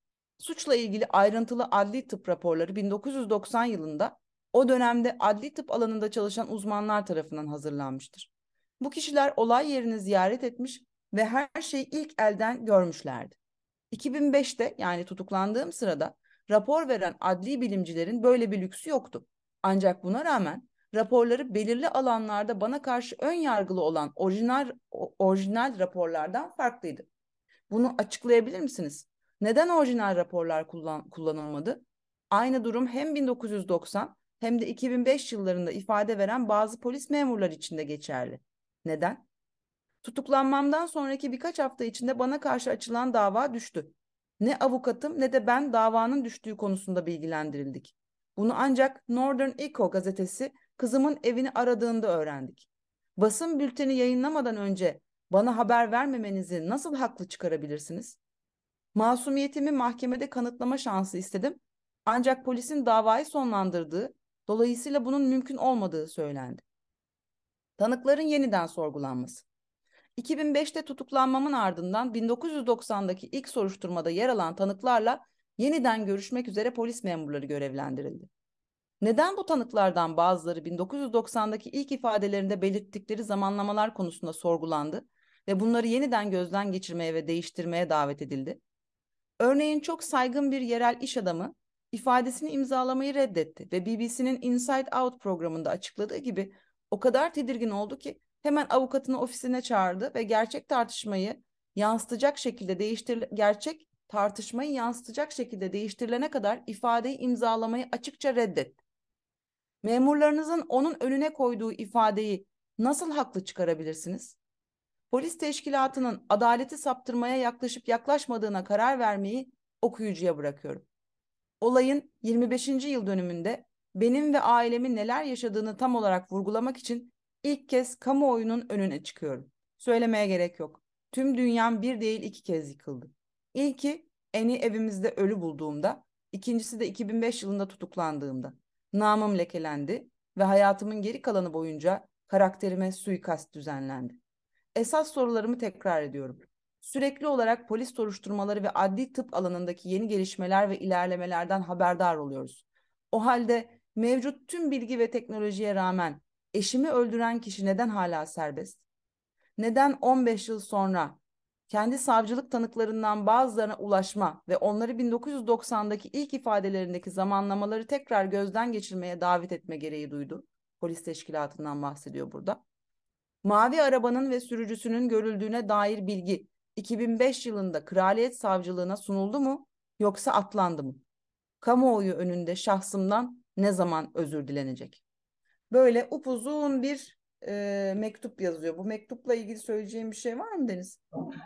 Suçla ilgili ayrıntılı adli tıp raporları bin dokuz yüz doksan yılında o dönemde adli tıp alanında çalışan uzmanlar tarafından hazırlanmıştır. Bu kişiler olay yerini ziyaret etmiş ve her şeyi ilk elden görmüşlerdi. iki bin beşte yani tutuklandığım sırada rapor veren adli bilimcilerin böyle bir lüksü yoktu. Ancak buna rağmen raporları belirli alanlarda bana karşı ön yargılı olan orijinal orijinal raporlardan farklıydı. Bunu açıklayabilir misiniz? Neden orijinal raporlar kullan kullanılmadı? Aynı durum hem bin dokuz yüz doksan hem de iki bin beş yıllarında ifade veren bazı polis memurları için de geçerli. Neden? Tutuklanmamdan sonraki birkaç hafta içinde bana karşı açılan dava düştü. Ne avukatım ne de ben davanın düştüğü konusunda bilgilendirildik. Bunu ancak Northern Echo gazetesi kızımın evini aradığında öğrendik. Basın bülteni yayınlamadan önce bana haber vermemenizi nasıl haklı çıkarabilirsiniz? Masumiyetimi mahkemede kanıtlama şansı istedim. Ancak polisin davayı sonlandırdığı, dolayısıyla bunun mümkün olmadığı söylendi. Tanıkların yeniden sorgulanması. iki bin beşte tutuklanmamın ardından bin dokuz yüz doksandaki ilk soruşturmada yer alan tanıklarla yeniden görüşmek üzere polis memurları görevlendirildi. Neden bu tanıklardan bazıları bin dokuz yüz doksandaki ilk ifadelerinde belirttikleri zamanlamalar konusunda sorgulandı ve bunları yeniden gözden geçirmeye ve değiştirmeye davet edildi? Örneğin çok saygın bir yerel iş adamı ifadesini imzalamayı reddetti ve B B C'nin Inside Out programında açıkladığı gibi o kadar tedirgin oldu ki hemen avukatını ofisine çağırdı ve gerçek tartışmayı yansıtacak şekilde değiştir gerçek tartışmayı yansıtacak şekilde değiştirilene kadar ifadeyi imzalamayı açıkça reddetti. Memurlarınızın onun önüne koyduğu ifadeyi nasıl haklı çıkarabilirsiniz? Polis teşkilatının adaleti saptırmaya yaklaşıp yaklaşmadığına karar vermeyi okuyucuya bırakıyorum. Olayın yirmi beşinci yıl dönümünde benim ve ailemin neler yaşadığını tam olarak vurgulamak için ilk kez kamuoyunun önüne çıkıyorum. Söylemeye gerek yok. Tüm dünyam bir değil iki kez yıkıldı. İlki Annie evimizde ölü bulduğumda, ikincisi de iki bin beş yılında tutuklandığımda. Namım lekelendi ve hayatımın geri kalanı boyunca karakterime suikast düzenlendi. Esas sorularımı tekrar ediyorum. Sürekli olarak polis soruşturmaları ve adli tıp alanındaki yeni gelişmeler ve ilerlemelerden haberdar oluyoruz. O halde mevcut tüm bilgi ve teknolojiye rağmen eşimi öldüren kişi neden hala serbest? Neden on beş yıl sonra kendi savcılık tanıklarından bazılarına ulaşma ve onları bin dokuz yüz doksandaki ilk ifadelerindeki zamanlamaları tekrar gözden geçirmeye davet etme gereği duydu? Polis teşkilatından bahsediyor burada. Mavi arabanın ve sürücüsünün görüldüğüne dair bilgi iki bin beş yılında Kraliyet Savcılığına sunuldu mu yoksa atlandı mı? Kamuoyu önünde şahsımdan ne zaman özür dilenecek? Böyle upuzun bir e, mektup yazıyor. Bu mektupla ilgili söyleyeceğim bir şey var mı Deniz?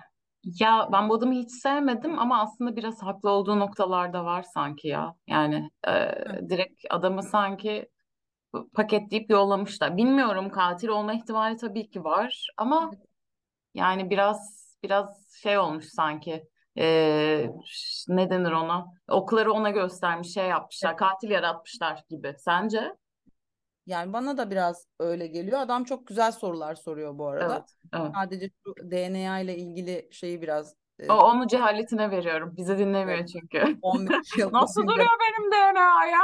Ya ben bu adamı hiç sevmedim ama aslında biraz haklı olduğu noktalarda var sanki ya. Yani Hı. e, direkt adamı sanki paketleyip yollamışlar. Bilmiyorum, katil olma ihtimali tabii ki var ama yani biraz biraz şey olmuş sanki. E, ne denir ona? Okları ona göstermiş, şey yapmışlar, Evet. katil yaratmışlar gibi. Sence? Yani bana da biraz öyle geliyor. Adam çok güzel sorular soruyor bu arada. Evet, evet. Sadece şu D N A ile ilgili şeyi biraz O, e, onu cehaletine veriyorum. Bizi evet, dinlemiyor çünkü. on beş yıl Nasıl boyunca duruyor benim D N A ya?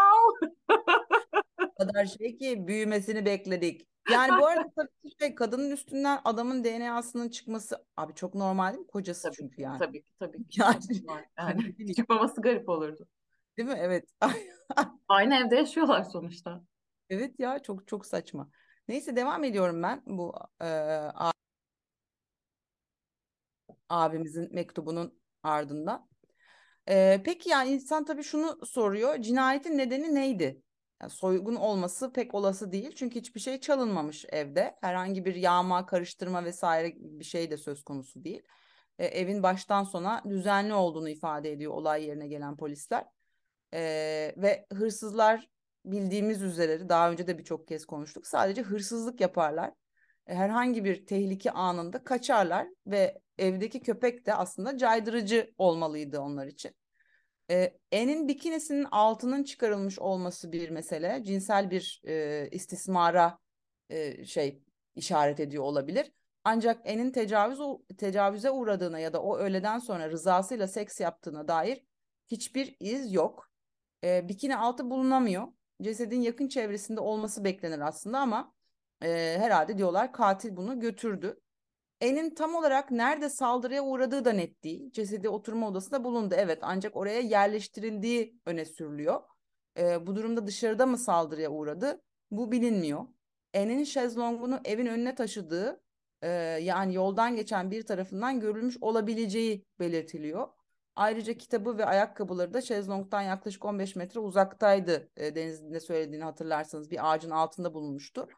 kadar şey ki büyümesini bekledik. Yani bu arada tabii ki şey, kadının üstünden adamın D N A'sının çıkması abi çok normal değil mi? Kocası Tabii çünkü ki, yani. tabii ki, tabii ki. Yani Çok normal. Yani ne bileyim, çıkmaması garip olurdu. değil mi? Evet. Aynı evde yaşıyorlar sonuçta. Evet ya çok çok saçma. Neyse devam ediyorum ben bu e, a- abimizin mektubunun ardından. Ee, peki yani insan tabii şunu soruyor. Cinayetin nedeni neydi? Yani soygun olması pek olası değil. Çünkü hiçbir şey çalınmamış evde. Herhangi bir yağma, karıştırma vesaire bir şey de söz konusu değil. Ee, evin baştan sona düzenli olduğunu ifade ediyor olay yerine gelen polisler. Ee, ve hırsızlar bildiğimiz üzere daha önce de birçok kez konuştuk. Sadece hırsızlık yaparlar. E, Herhangi bir tehlike anında kaçarlar ve evdeki köpek de aslında caydırıcı olmalıydı onlar için. E, E'nin bikinisinin altının çıkarılmış olması bir mesele. Cinsel bir e, istismara e, şey işaret ediyor olabilir. Ancak E'nin tecavüz tecavüze uğradığına ya da o öğleden sonra rızasıyla seks yaptığına dair hiçbir iz yok. E, bikini altı bulunamıyor. Cesedin yakın çevresinde olması beklenir aslında ama e, herhalde diyorlar katil bunu götürdü. En'in tam olarak nerede saldırıya uğradığı da net değil. Cesedi oturma odasında bulundu evet ancak oraya yerleştirildiği öne sürülüyor. Ee, bu durumda dışarıda mı saldırıya uğradı? Bu bilinmiyor. En'in şezlongunu evin önüne taşıdığı e, yani yoldan geçen bir tarafından görülmüş olabileceği belirtiliyor. Ayrıca kitabı ve ayakkabıları da şezlongdan yaklaşık on beş metre uzaktaydı. E, Deniz'in de söylediğini hatırlarsanız bir ağacın altında bulunmuştu.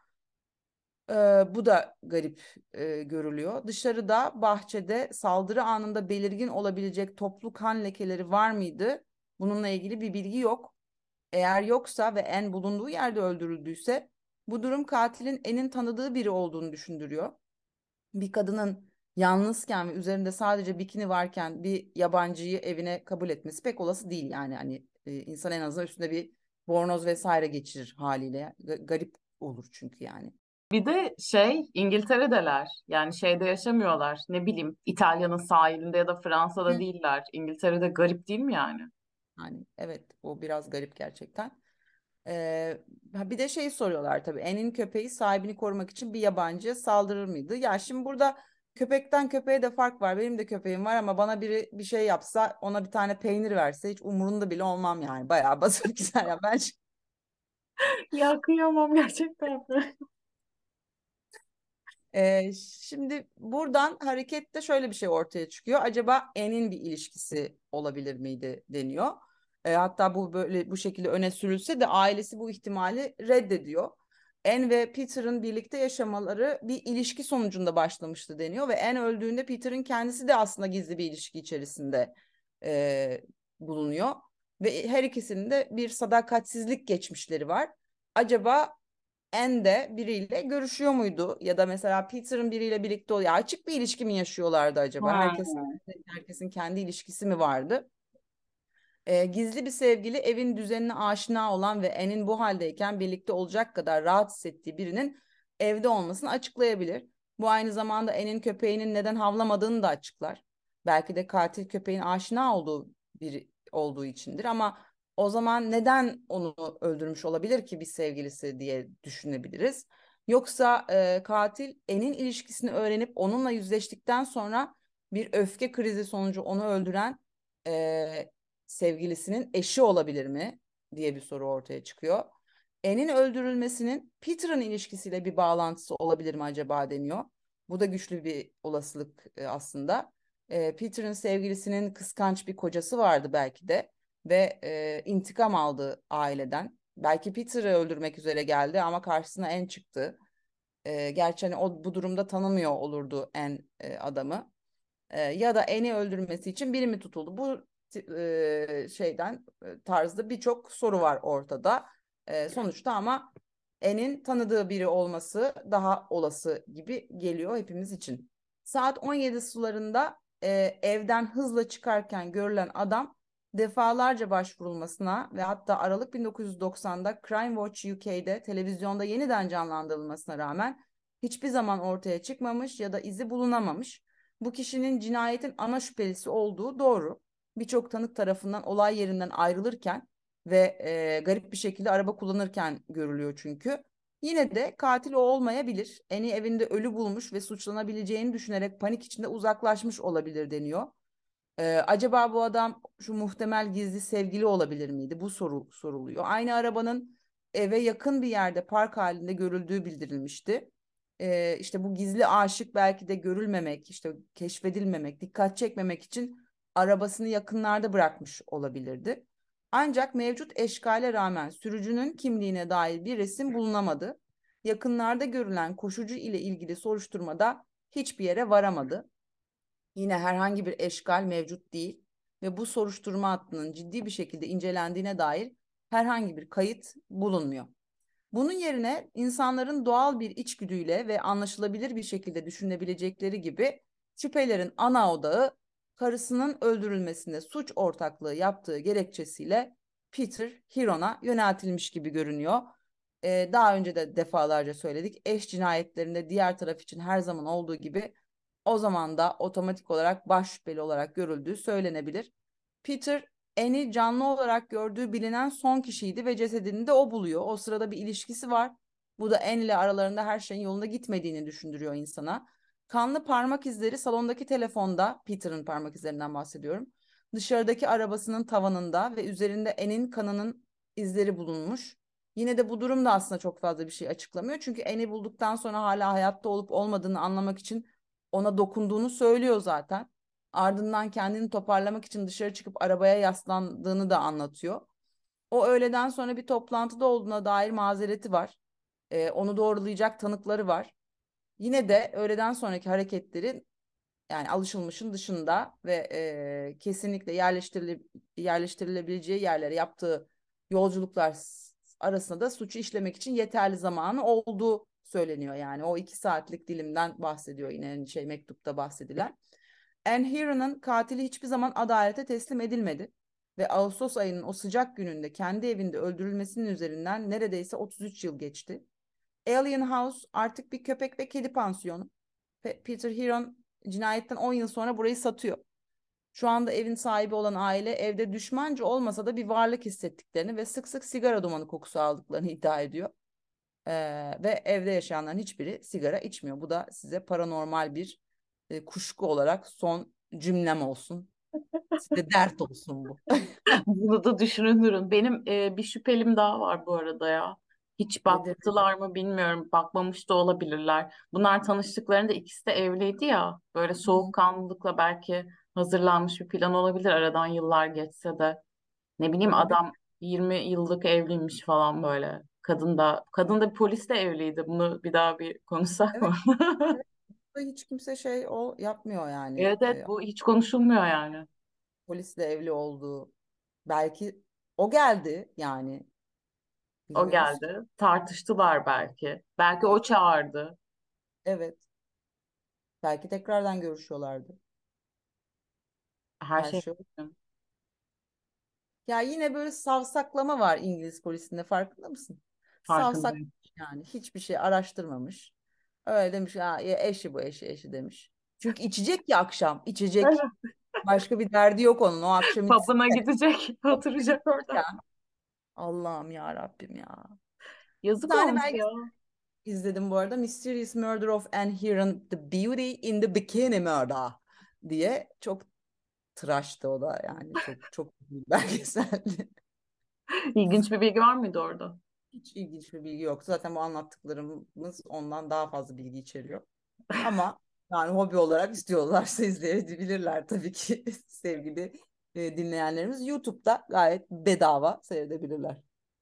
Ee, bu da garip e, görülüyor. Dışarıda bahçede saldırı anında belirgin olabilecek toplu kan lekeleri var mıydı? Bununla ilgili bir bilgi yok. Eğer yoksa ve en bulunduğu yerde öldürüldüyse bu durum katilin enin tanıdığı biri olduğunu düşündürüyor. Bir kadının yalnızken ve üzerinde sadece bikini varken bir yabancıyı evine kabul etmesi pek olası değil yani hani e, insan en azından üstünde bir bornoz vesaire geçirir haliyle. Ga- garip olur çünkü yani. Bir de şey, İngiltere'deler. Yani şeyde yaşamıyorlar. Ne bileyim, İtalya'nın sahilinde ya da Fransa'da Hı. değiller. İngiltere'de, garip değil mi yani? Yani evet o biraz garip gerçekten. Ee, ha bir de şey soruyorlar tabii. En'in köpeği sahibini korumak için bir yabancıya saldırır mıydı? Ya şimdi burada köpekten köpeğe de fark var. Benim de köpeğim var ama bana biri bir şey yapsa, ona bir tane peynir verse hiç umurunda bile olmam yani. Bayağı basıp gider ya. Ben Ya kıyamam gerçekten. Ee, şimdi buradan hareketle şöyle bir şey ortaya çıkıyor. Acaba Anne'in bir ilişkisi olabilir miydi deniyor. Ee, hatta bu böyle bu şekilde öne sürülse de ailesi bu ihtimali reddediyor. Anne ve Peter'ın birlikte yaşamaları bir ilişki sonucunda başlamıştı deniyor ve Anne öldüğünde Peter'ın kendisi de aslında gizli bir ilişki içerisinde e, bulunuyor ve her ikisinin de bir sadakatsizlik geçmişleri var. Acaba en de biriyle görüşüyor muydu? Ya da mesela Peter'ın biriyle birlikte oluyor. Açık bir ilişki mi yaşıyorlardı acaba? Ha. Herkes herkesin kendi ilişkisi mi vardı? Ee, gizli bir sevgili evin düzenine aşina olan ve Anne'in bu haldeyken birlikte olacak kadar rahat hissettiği birinin evde olmasını açıklayabilir. Bu aynı zamanda Anne'in köpeğinin neden havlamadığını da açıklar. Belki de katil köpeğin aşina olduğu biri olduğu içindir ama o zaman neden onu öldürmüş olabilir ki bir sevgilisi diye düşünebiliriz. Yoksa e, katil Anne'in ilişkisini öğrenip onunla yüzleştikten sonra bir öfke krizi sonucu onu öldüren e, sevgilisinin eşi olabilir mi diye bir soru ortaya çıkıyor. Anne'in öldürülmesinin Peter'ın ilişkisiyle bir bağlantısı olabilir mi acaba deniyor. Bu da güçlü bir olasılık e, aslında. E, Peter'ın sevgilisinin kıskanç bir kocası vardı belki de ve e, intikam aldı aileden. Belki Peter'ı öldürmek üzere geldi ama karşısına en çıktı. E, gerçi hani o bu durumda tanımıyor olurdu en e, adamı. E, ya da Eni öldürmesi için biri mi tutuldu? Bu e, şeyden e, tarzda birçok soru var ortada. E, sonuçta ama En'in tanıdığı biri olması daha olası gibi geliyor hepimiz için. Saat on yedi sularında e, evden hızla çıkarken görülen adam defalarca başvurulmasına ve hatta Aralık bin dokuz yüz doksanda Crime Watch U K'de televizyonda yeniden canlandırılmasına rağmen hiçbir zaman ortaya çıkmamış ya da izi bulunamamış. Bu kişinin cinayetin ana şüphelisi olduğu doğru. Birçok tanık tarafından olay yerinden ayrılırken ve e, garip bir şekilde araba kullanırken görülüyor çünkü. Yine de katil o olmayabilir. Eni evinde ölü bulmuş ve suçlanabileceğini düşünerek panik içinde uzaklaşmış olabilir deniyor. Ee, acaba bu adam şu muhtemel gizli sevgili olabilir miydi? Bu soru soruluyor. Aynı arabanın eve yakın bir yerde park halinde görüldüğü bildirilmişti. Ee, işte bu gizli aşık belki de görülmemek, işte keşfedilmemek, dikkat çekmemek için arabasını yakınlarda bırakmış olabilirdi. Ancak mevcut eşkale rağmen sürücünün kimliğine dair bir resim bulunamadı. Yakınlarda görülen koşucu ile ilgili soruşturmada hiçbir yere varamadı. Yine herhangi bir eşkal mevcut değil ve bu soruşturma hattının ciddi bir şekilde incelendiğine dair herhangi bir kayıt bulunmuyor. Bunun yerine insanların doğal bir içgüdüyle ve anlaşılabilir bir şekilde düşünebilecekleri gibi şüphelerin ana odağı karısının öldürülmesinde suç ortaklığı yaptığı gerekçesiyle Peter Hiron'a yöneltilmiş gibi görünüyor. Ee, daha önce de defalarca söyledik. Eş cinayetlerinde diğer taraf için her zaman olduğu gibi o zaman da otomatik olarak baş şüpheli olarak görüldüğü söylenebilir. Peter Annie canlı olarak gördüğü bilinen son kişiydi ve cesedini de o buluyor. O sırada bir ilişkisi var. Bu da Annie ile aralarında her şeyin yolunda gitmediğini düşündürüyor insana. Kanlı parmak izleri salondaki telefonda, Peter'ın parmak izlerinden bahsediyorum. Dışarıdaki arabasının tavanında ve üzerinde Annie'nin kanının izleri bulunmuş. Yine de bu durum da aslında çok fazla bir şey açıklamıyor. Çünkü Annie bulduktan sonra hala hayatta olup olmadığını anlamak için ona dokunduğunu söylüyor zaten. Ardından kendini toparlamak için dışarı çıkıp arabaya yaslandığını da anlatıyor. O öğleden sonra bir toplantıda olduğuna dair mazereti var. Ee, onu doğrulayacak tanıkları var. Yine de öğleden sonraki hareketlerin yani alışılmışın dışında ve e, kesinlikle yerleştirile, yerleştirilebileceği yerlere yaptığı yolculuklar arasında da suçu işlemek için yeterli zamanı olduğu söyleniyor. Yani o iki saatlik dilimden bahsediyor yine şey mektupta bahsedilen. Anne Heron'ın katili hiçbir zaman adalete teslim edilmedi ve Ağustos ayının o sıcak gününde kendi evinde öldürülmesinin üzerinden neredeyse otuz üç yıl geçti. Alien House artık bir köpek ve kedi pansiyonu. Peter Heron cinayetten on yıl sonra burayı satıyor. Şu anda evin sahibi olan aile evde düşmanca olmasa da bir varlık hissettiklerini ve sık sık sigara dumanı kokusu aldıklarını iddia ediyor. Ee, ve evde yaşayanların hiçbiri sigara içmiyor. Bu da size paranormal bir e, kuşku olarak son cümlem olsun. Size dert olsun bu. Bunu da düşünürüm. Benim e, bir şüphelim daha var bu arada ya. Hiç Nedir? baktılar mı bilmiyorum. Bakmamış da olabilirler. Bunlar tanıştıklarında ikisi de evliydi ya. Böyle Hı hı. soğukkanlılıkla belki hazırlanmış bir plan olabilir. Aradan yıllar geçse de. Ne bileyim Olabilir. adam yirmi yıllık evliymiş falan böyle. Kadın da kadın da bir polisle evliydi. Bunu bir daha bir konuşsak Evet, mı? evet. Hiç kimse şey o yapmıyor yani. Evet, evet, E, bu hiç konuşulmuyor yani. polisle evli olduğu. Belki o geldi yani. O Bilmiyoruz ki. geldi. Tartıştılar belki. Belki o çağırdı. Evet. Belki tekrardan görüşüyorlardı. Her Her şey şey. mümkün. Ya yine böyle savsaklama var İngiliz polisinde, farkında mısın? Savsak Farkındayım. yani, hiçbir şey araştırmamış. Öyle demiş, ha, ya eşi bu, eşi eşi demiş. Çünkü içecek ya, akşam içecek. Evet. Başka bir derdi yok onun. O akşam içsin Pub'ına de. gidecek, oturacak Gidecek orada. ya. Allah'ım ya Rabbim ya. Bir Yazık tane olmuş ya. belgesel izledim bu arada. Mysterious Murder of Anne Heron, The Beauty in the Bikini Murder diye. Çok tıraştı o da, yani çok çok bir belgeseldi. İlginç bir bilgi var mıydı orada? Hiç ilginç bir bilgi yok. Zaten bu anlattıklarımız ondan daha fazla bilgi içeriyor. Ama yani hobi olarak istiyorlarsa izleyebilirler tabii ki sevgili e, dinleyenlerimiz. YouTube'da gayet bedava seyredebilirler.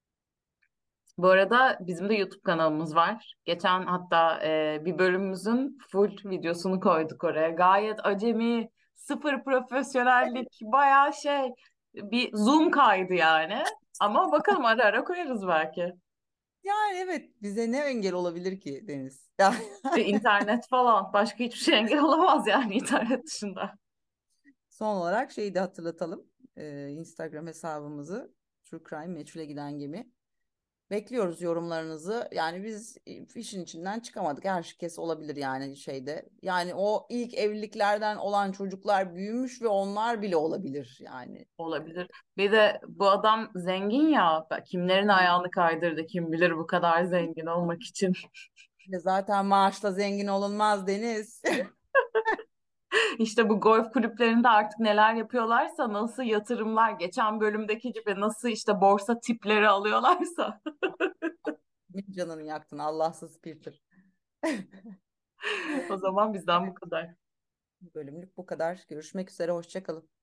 Bu arada bizim de YouTube kanalımız var. Geçen hatta e, bir bölümümüzün full videosunu koyduk oraya. Gayet acemi, sıfır profesyonellik, bayağı şey, bir Zoom kaydı yani. Ama bakalım ara ara koyarız belki. Yani evet, bize ne engel olabilir ki Deniz? Ya, E, internet falan. Başka hiçbir şey engel olamaz yani internet dışında. son olarak şeyi de hatırlatalım. Ee, Instagram hesabımızı True Crime Meçhule Giden Gemi. Bekliyoruz yorumlarınızı. Yani biz işin içinden çıkamadık. Herkes olabilir yani şeyde. Yani o ilk evliliklerden olan çocuklar büyümüş ve onlar bile olabilir yani. Olabilir. Bir de bu adam zengin ya. Kimlerin ayağını kaydırdı kim bilir bu kadar zengin olmak için. Ve zaten maaşla zengin olunmaz Deniz. İşte bu golf kulüplerinde artık neler yapıyorlarsa, nasıl yatırımlar, geçen bölümdeki gibi nasıl işte borsa tipleri alıyorlarsa. Kimin canını yaktın Allahsız Peter. O zaman bizden bu kadar. Bölümlük bu kadar. Görüşmek üzere. Hoşça kalın.